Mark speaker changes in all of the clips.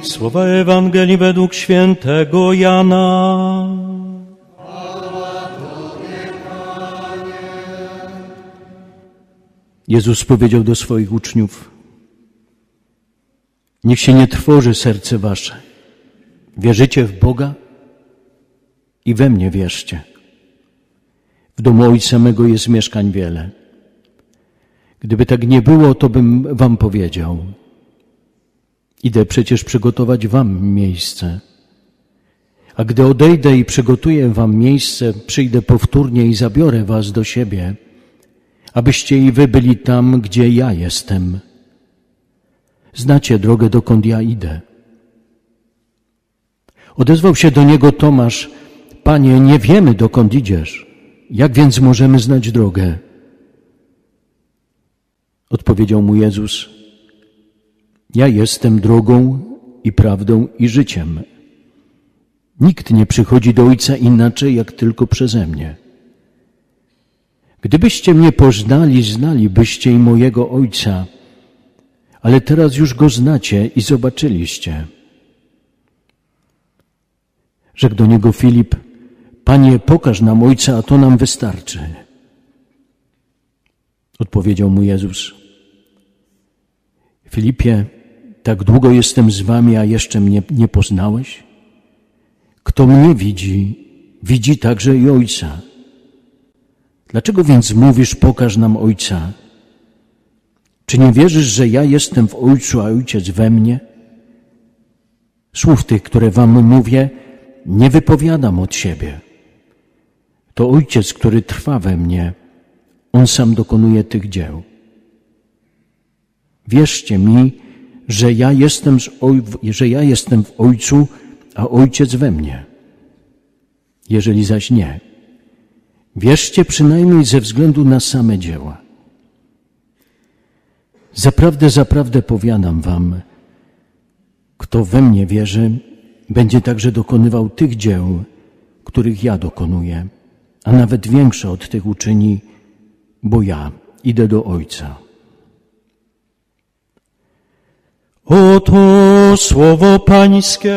Speaker 1: Słowa Ewangelii według świętego Jana. Jezus powiedział do swoich uczniów: niech się nie trwoży serce wasze. Wierzycie w Boga i we mnie wierzcie. W domu Ojca mego jest mieszkań wiele. Gdyby tak nie było, to bym wam powiedział. Idę przecież przygotować wam miejsce. A gdy odejdę i przygotuję wam miejsce, przyjdę powtórnie i zabiorę was do siebie, abyście i wy byli tam, gdzie ja jestem. Znacie drogę, dokąd ja idę. Odezwał się do niego Tomasz: Panie, nie wiemy, dokąd idziesz. Jak więc możemy znać drogę? Odpowiedział mu Jezus: ja jestem drogą i prawdą i życiem. Nikt nie przychodzi do Ojca inaczej, jak tylko przeze mnie. Gdybyście mnie poznali, znalibyście i mojego Ojca, ale teraz już Go znacie i zobaczyliście. Rzekł do niego Filip: Panie, pokaż nam Ojca, a to nam wystarczy. Odpowiedział mu Jezus: Filipie, tak długo jestem z wami, a jeszcze mnie nie poznałeś? Kto mnie widzi, widzi także i Ojca. Dlaczego więc mówisz: pokaż nam Ojca? Czy nie wierzysz, że ja jestem w Ojcu, a Ojciec we mnie? Słów tych, które wam mówię, nie wypowiadam od siebie. To Ojciec, który trwa we mnie, On sam dokonuje tych dzieł. Wierzcie mi, że ja jestem w Ojcu, a Ojciec we mnie. Jeżeli zaś nie, wierzcie przynajmniej ze względu na same dzieła. Zaprawdę, zaprawdę powiadam wam, kto we mnie wierzy, będzie także dokonywał tych dzieł, których ja dokonuję, a nawet większe od tych uczyni, bo ja idę do Ojca. Oto słowo Pańskie.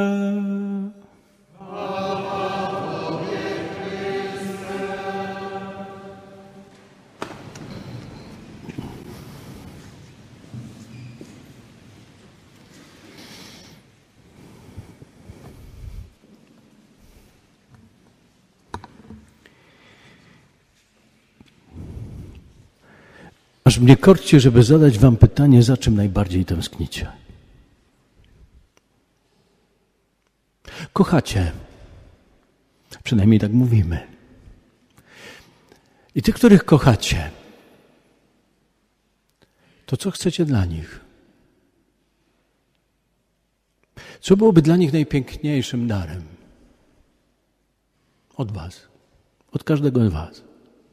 Speaker 1: Aż mnie korci, żeby zadać wam pytanie, za czym najbardziej tęsknicie. Kochacie. Przynajmniej tak mówimy. I tych, których kochacie, to co chcecie dla nich? Co byłoby dla nich najpiękniejszym darem? Od was. Od każdego z was.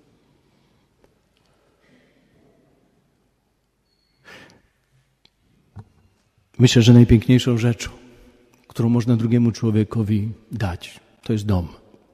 Speaker 1: Myślę, że najpiękniejszą rzeczą, którą można drugiemu człowiekowi dać, to jest dom.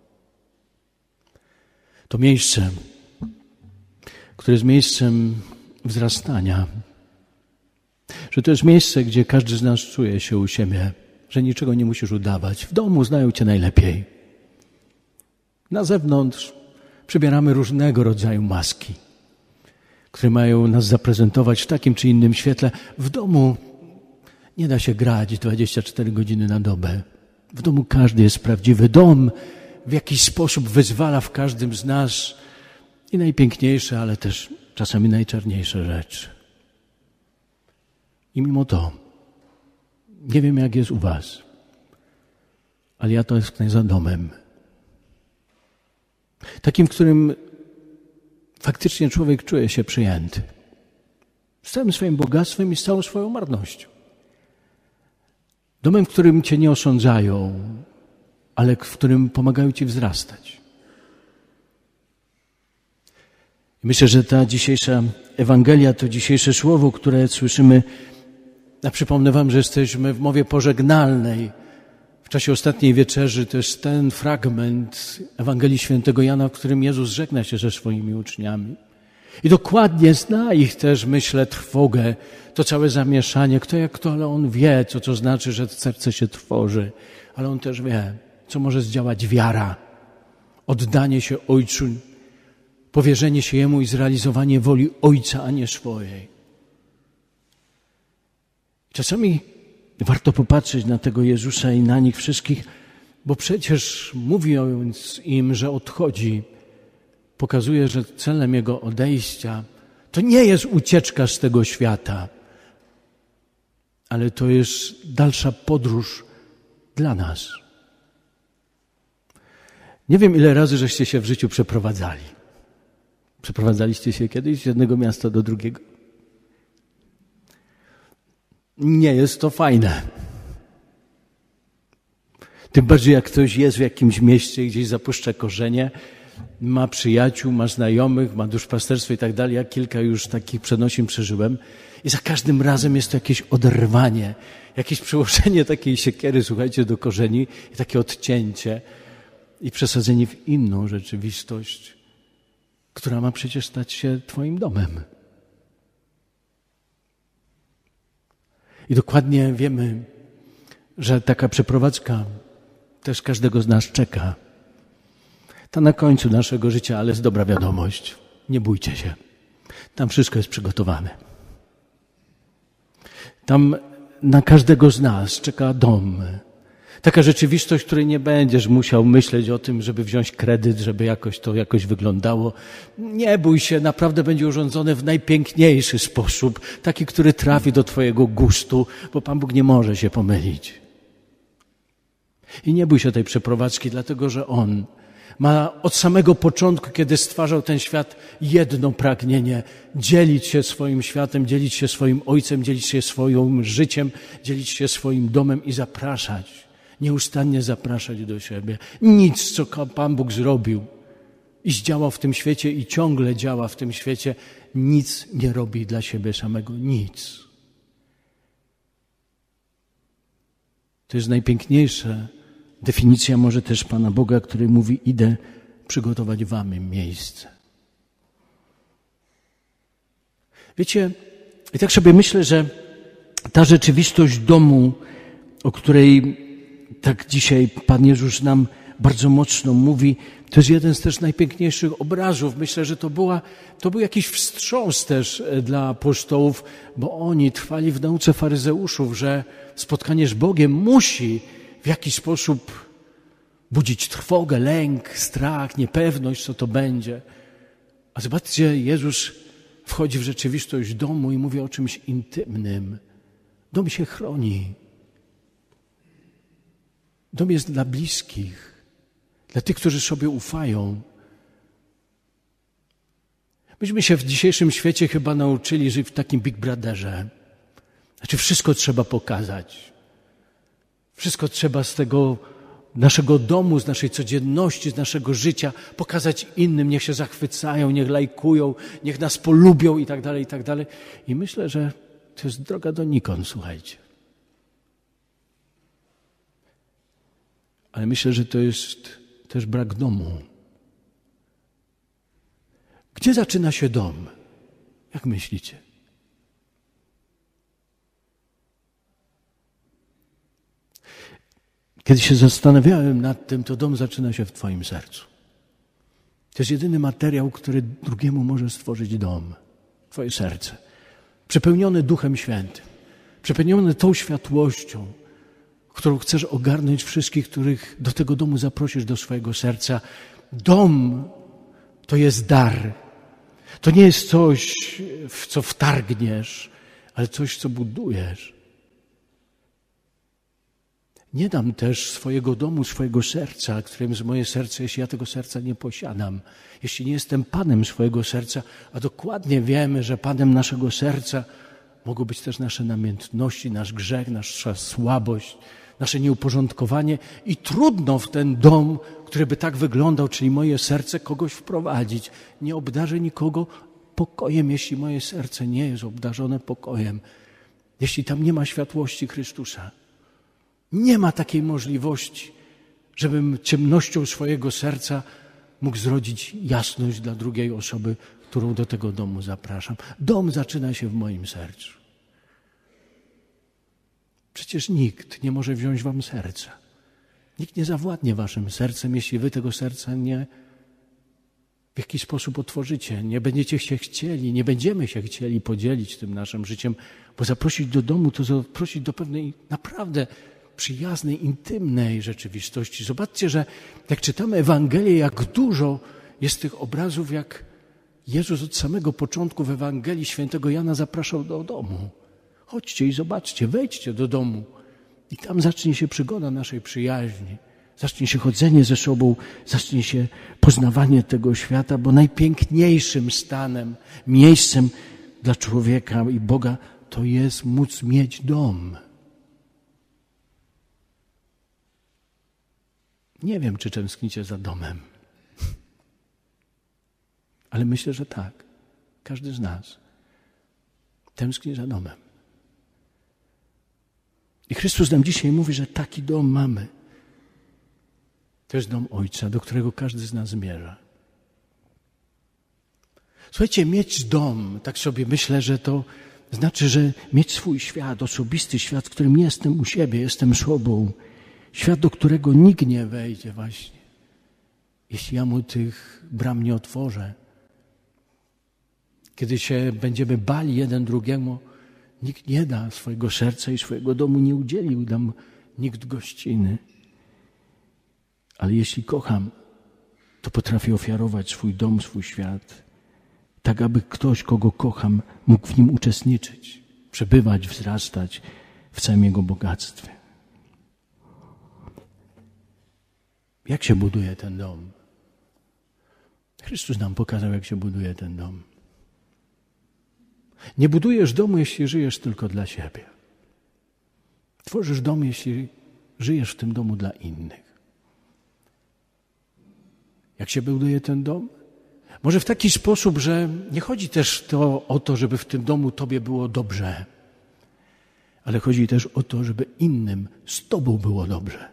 Speaker 1: To miejsce, które jest miejscem wzrastania. Że to jest miejsce, gdzie każdy z nas czuje się u siebie, że niczego nie musisz udawać. W domu znają cię najlepiej. Na zewnątrz przybieramy różnego rodzaju maski, które mają nas zaprezentować w takim czy innym świetle. W domu nie da się grać 24 godziny na dobę. W domu każdy jest prawdziwy. Dom w jakiś sposób wyzwala w każdym z nas i najpiękniejsze, ale też czasami najczarniejsze rzeczy. I mimo to, nie wiem jak jest u was, ale ja to tęsknię za domem. Takim, w którym faktycznie człowiek czuje się przyjęty. Z całym swoim bogactwem i z całą swoją marnością. Domem, w którym cię nie osądzają, ale w którym pomagają ci wzrastać. Myślę, że ta dzisiejsza Ewangelia, to dzisiejsze słowo, które słyszymy, a przypomnę wam, że jesteśmy w mowie pożegnalnej. W czasie ostatniej wieczerzy to jest ten fragment Ewangelii Świętego Jana, w którym Jezus żegna się ze swoimi uczniami. I dokładnie zna ich też, myślę, trwogę, to całe zamieszanie. Kto jak kto, ale on wie, co to znaczy, że serce się trwoży. Ale on też wie, co może zdziałać wiara. Oddanie się Ojcu, powierzenie się Jemu i zrealizowanie woli Ojca, a nie swojej. Czasami warto popatrzeć na tego Jezusa i na nich wszystkich, bo przecież mówiąc im, że odchodzi, pokazuje, że celem Jego odejścia to nie jest ucieczka z tego świata, ale to jest dalsza podróż dla nas. Nie wiem, ile razy żeście się w życiu przeprowadzali. Przeprowadzaliście się kiedyś z jednego miasta do drugiego? Nie jest to fajne. Tym bardziej jak ktoś jest w jakimś mieście, gdzieś zapuszcza korzenie, ma przyjaciół, ma znajomych, ma duszpasterstwo i tak dalej. Ja kilka już takich przenosin przeżyłem i za każdym razem jest to jakieś oderwanie, jakieś przyłożenie takiej siekiery, słuchajcie, do korzeni i takie odcięcie i przesadzenie w inną rzeczywistość, która ma przecież stać się twoim domem. I dokładnie wiemy, że taka przeprowadzka też każdego z nas czeka. Ta na końcu naszego życia, ale jest dobra wiadomość. Nie bójcie się. Tam wszystko jest przygotowane. Tam na każdego z nas czeka dom. Taka rzeczywistość, w której nie będziesz musiał myśleć o tym, żeby wziąć kredyt, żeby jakoś wyglądało. Nie bój się, naprawdę będzie urządzone w najpiękniejszy sposób, taki, który trafi do twojego gustu, bo Pan Bóg nie może się pomylić. I nie bój się tej przeprowadzki, dlatego że On ma od samego początku, kiedy stwarzał ten świat, jedno pragnienie: dzielić się swoim światem, dzielić się swoim Ojcem, dzielić się swoim życiem, dzielić się swoim domem i zapraszać, nieustannie zapraszać do siebie. Nic, co Pan Bóg zrobił i zdziałał w tym świecie i ciągle działa w tym świecie, nic nie robi dla siebie samego, nic. To jest najpiękniejsza definicja może też Pana Boga, który mówi: idę przygotować wam miejsce. Wiecie, i tak sobie myślę, że ta rzeczywistość domu, o której tak dzisiaj Pan Jezus nam bardzo mocno mówi, to jest jeden z też najpiękniejszych obrazów. Myślę, że to był jakiś wstrząs też dla apostołów, bo oni trwali w nauce faryzeuszów, że spotkanie z Bogiem musi w jakiś sposób budzić trwogę, lęk, strach, niepewność, co to będzie. A zobaczcie, Jezus wchodzi w rzeczywistość domu i mówi o czymś intymnym. Dom się chroni. Dom jest dla bliskich, dla tych, którzy sobie ufają. Myśmy się w dzisiejszym świecie chyba nauczyli żyć w takim Big Brotherze. Znaczy wszystko trzeba pokazać. Wszystko trzeba z tego naszego domu, z naszej codzienności, z naszego życia pokazać innym. Niech się zachwycają, niech lajkują, niech nas polubią i tak dalej, i tak dalej. I myślę, że to jest droga donikąd, słuchajcie. Ale myślę, że to jest też brak domu. Gdzie zaczyna się dom? Jak myślicie? Kiedy się zastanawiałem nad tym, to dom zaczyna się w twoim sercu. To jest jedyny materiał, który drugiemu może stworzyć dom. Twoje serce. Przepełnione Duchem Świętym. Przepełnione tą światłością, którą chcesz ogarnąć wszystkich, których do tego domu zaprosisz do swojego serca. Dom to jest dar. To nie jest coś, w co wtargniesz, ale coś, co budujesz. Nie dam też swojego domu, swojego serca, którym jest moje serce, jeśli ja tego serca nie posiadam. Jeśli nie jestem Panem swojego serca, a dokładnie wiemy, że Panem naszego serca mogą być też nasze namiętności, nasz grzech, nasza słabość, nasze nieuporządkowanie i trudno w ten dom, który by tak wyglądał, czyli moje serce, kogoś wprowadzić. Nie obdarzę nikogo pokojem, jeśli moje serce nie jest obdarzone pokojem. Jeśli tam nie ma światłości Chrystusa. Nie ma takiej możliwości, żebym ciemnością swojego serca mógł zrodzić jasność dla drugiej osoby. którą do tego domu zapraszam. Dom zaczyna się w moim sercu. Przecież nikt nie może wziąć wam serca. Nikt nie zawładnie waszym sercem, jeśli wy tego serca nie w jakiś sposób otworzycie. Nie będziecie się chcieli, nie będziemy się chcieli podzielić tym naszym życiem, bo zaprosić do domu to zaprosić do pewnej naprawdę przyjaznej, intymnej rzeczywistości. Zobaczcie, że jak czytamy Ewangelię, jak dużo jest tych obrazów, jak Jezus od samego początku w Ewangelii świętego Jana zapraszał do domu. Chodźcie i zobaczcie, wejdźcie do domu i tam zacznie się przygoda naszej przyjaźni. Zacznie się chodzenie ze sobą, zacznie się poznawanie tego świata, bo najpiękniejszym stanem, miejscem dla człowieka i Boga to jest móc mieć dom. Nie wiem, czy tęsknicie za domem, ale myślę, że tak. Każdy z nas tęskni za domem. I Chrystus nam dzisiaj mówi, że taki dom mamy. To jest dom Ojca, do którego każdy z nas zmierza. Słuchajcie, mieć dom, tak sobie myślę, że to znaczy, że mieć swój świat, osobisty świat, w którym jestem u siebie, jestem sobą. Świat, do którego nikt nie wejdzie właśnie, jeśli ja mu tych bram nie otworzę. Kiedy się będziemy bali jeden drugiemu, nikt nie da swojego serca i swojego domu nie udzielił nam nikt gościny. Ale jeśli kocham, to potrafię ofiarować swój dom, swój świat, tak aby ktoś, kogo kocham, mógł w nim uczestniczyć, przebywać, wzrastać w całym jego bogactwie. Jak się buduje ten dom? Chrystus nam pokazał, jak się buduje ten dom. Nie budujesz domu, jeśli żyjesz tylko dla siebie. Tworzysz dom, jeśli żyjesz w tym domu dla innych. Jak się buduje ten dom? Może w taki sposób, że nie chodzi też o to, żeby w tym domu tobie było dobrze, ale chodzi też o to, żeby innym z tobą było dobrze.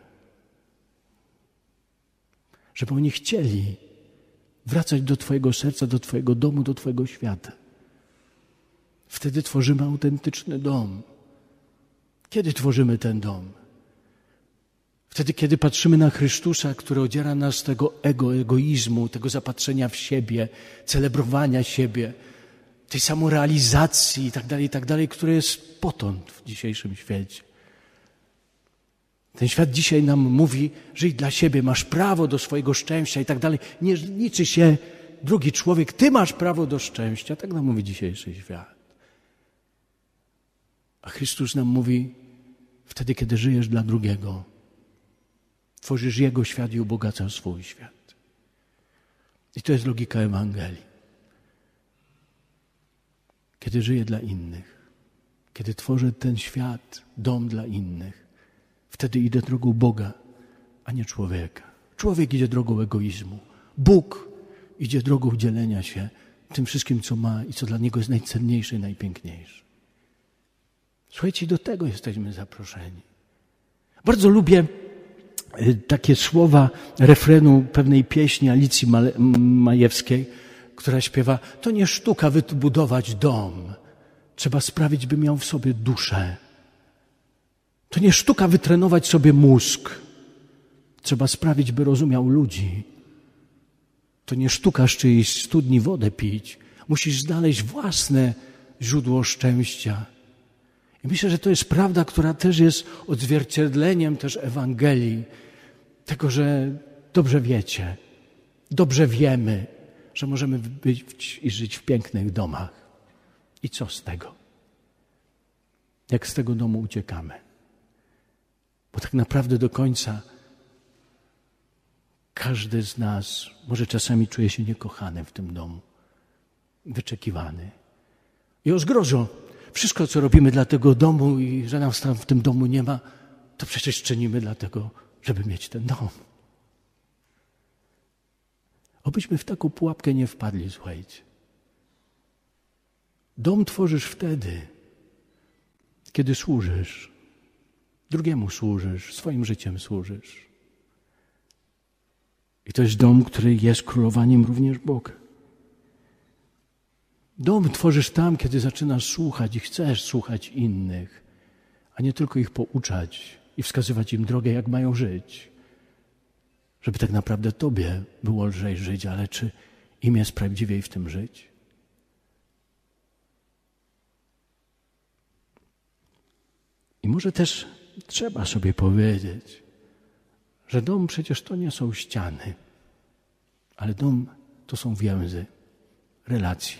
Speaker 1: Żeby oni chcieli wracać do twojego serca, do twojego domu, do twojego świata. Wtedy tworzymy autentyczny dom. Kiedy tworzymy ten dom? Wtedy, kiedy patrzymy na Chrystusa, który odziera nas z tego egoizmu, tego zapatrzenia w siebie, celebrowania siebie, tej samorealizacji i tak dalej, które jest potąd w dzisiejszym świecie. Ten świat dzisiaj nam mówi, żyj dla siebie, masz prawo do swojego szczęścia i tak dalej. Nie liczy się drugi człowiek, ty masz prawo do szczęścia. Tak nam mówi dzisiejszy świat. A Chrystus nam mówi, wtedy, kiedy żyjesz dla drugiego, tworzysz Jego świat i ubogacasz swój świat. I to jest logika Ewangelii. Kiedy żyję dla innych, kiedy tworzę ten świat, dom dla innych, wtedy idę drogą Boga, a nie człowieka. Człowiek idzie drogą egoizmu. Bóg idzie drogą dzielenia się tym wszystkim, co ma i co dla Niego jest najcenniejsze i najpiękniejsze. Słuchajcie, do tego jesteśmy zaproszeni. Bardzo lubię takie słowa refrenu pewnej pieśni Alicji Majewskiej, która śpiewa: to nie sztuka wybudować dom, trzeba sprawić, by miał w sobie duszę. To nie sztuka wytrenować sobie mózg, trzeba sprawić, by rozumiał ludzi. To nie sztuka z czyjejś studni wodę pić, musisz znaleźć własne źródło szczęścia. I myślę, że to jest prawda, która też jest odzwierciedleniem też Ewangelii. Tego, że dobrze wiecie, dobrze wiemy, że możemy być i żyć w pięknych domach. I co z tego? Jak z tego domu uciekamy? Bo tak naprawdę do końca każdy z nas może czasami czuje się niekochany w tym domu, wyczekiwany. I o zgrozo, wszystko, co robimy dla tego domu i że nas tam w tym domu nie ma, to przecież czynimy dlatego, żeby mieć ten dom. Obyśmy w taką pułapkę nie wpadli, słuchajcie. Dom tworzysz wtedy, kiedy służysz. Drugiemu służysz, swoim życiem służysz. I to jest dom, który jest królowaniem również Boga. Dom tworzysz tam, kiedy zaczynasz słuchać i chcesz słuchać innych, a nie tylko ich pouczać i wskazywać im drogę, jak mają żyć. Żeby tak naprawdę Tobie było lżej żyć, ale czy im jest prawdziwiej w tym żyć? I może też trzeba sobie powiedzieć, że dom przecież to nie są ściany, ale dom to są więzy, relacje.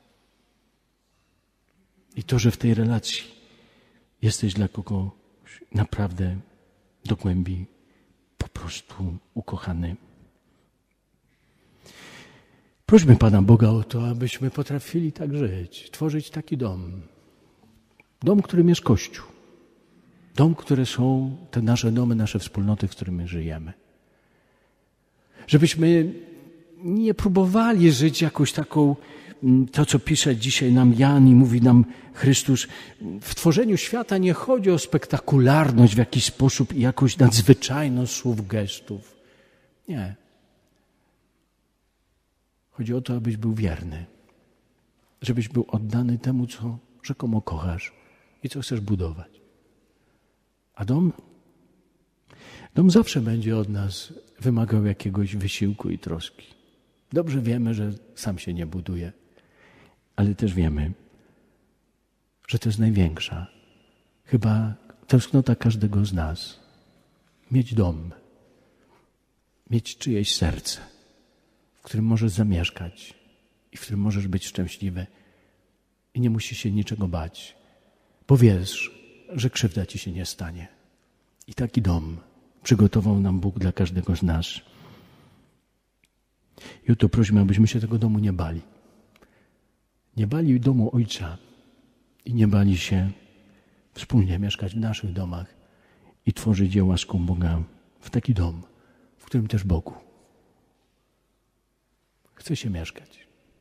Speaker 1: I to, że w tej relacji jesteś dla kogoś naprawdę do głębi po prostu ukochany. Prośmy Pana Boga o to, abyśmy potrafili tak żyć, tworzyć taki dom. Dom, którym jest Kościół. Dom, które są te nasze domy, nasze wspólnoty, w których my żyjemy. Żebyśmy nie próbowali żyć jakąś taką, to co pisze dzisiaj nam Jan i mówi nam Chrystus. W tworzeniu świata nie chodzi o spektakularność w jakiś sposób i jakąś nadzwyczajność słów, gestów. Nie. Chodzi o to, abyś był wierny. Żebyś był oddany temu, co rzekomo kochasz i co chcesz budować. A dom zawsze będzie od nas wymagał jakiegoś wysiłku i troski. Dobrze wiemy, że sam się nie buduje, ale też wiemy, że to jest największa, chyba tęsknota każdego z nas. Mieć dom, mieć czyjeś serce, w którym możesz zamieszkać i w którym możesz być szczęśliwy i nie musisz się niczego bać, bo wiesz, że krzywda ci się nie stanie. I taki dom przygotował nam Bóg dla każdego z nas. I o to prosimy, abyśmy się tego domu nie bali. Nie bali domu Ojca i nie bali się wspólnie mieszkać w naszych domach i tworzyć je łaską Boga w taki dom, w którym też Bogu chce się mieszkać.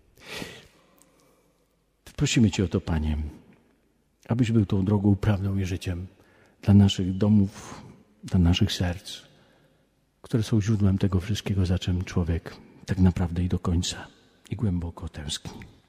Speaker 1: Prosimy Cię o to, Panie, abyś był tą drogą, prawdą i życiem dla naszych domów, dla naszych serc, które są źródłem tego wszystkiego, za czym człowiek tak naprawdę i do końca i głęboko tęskni.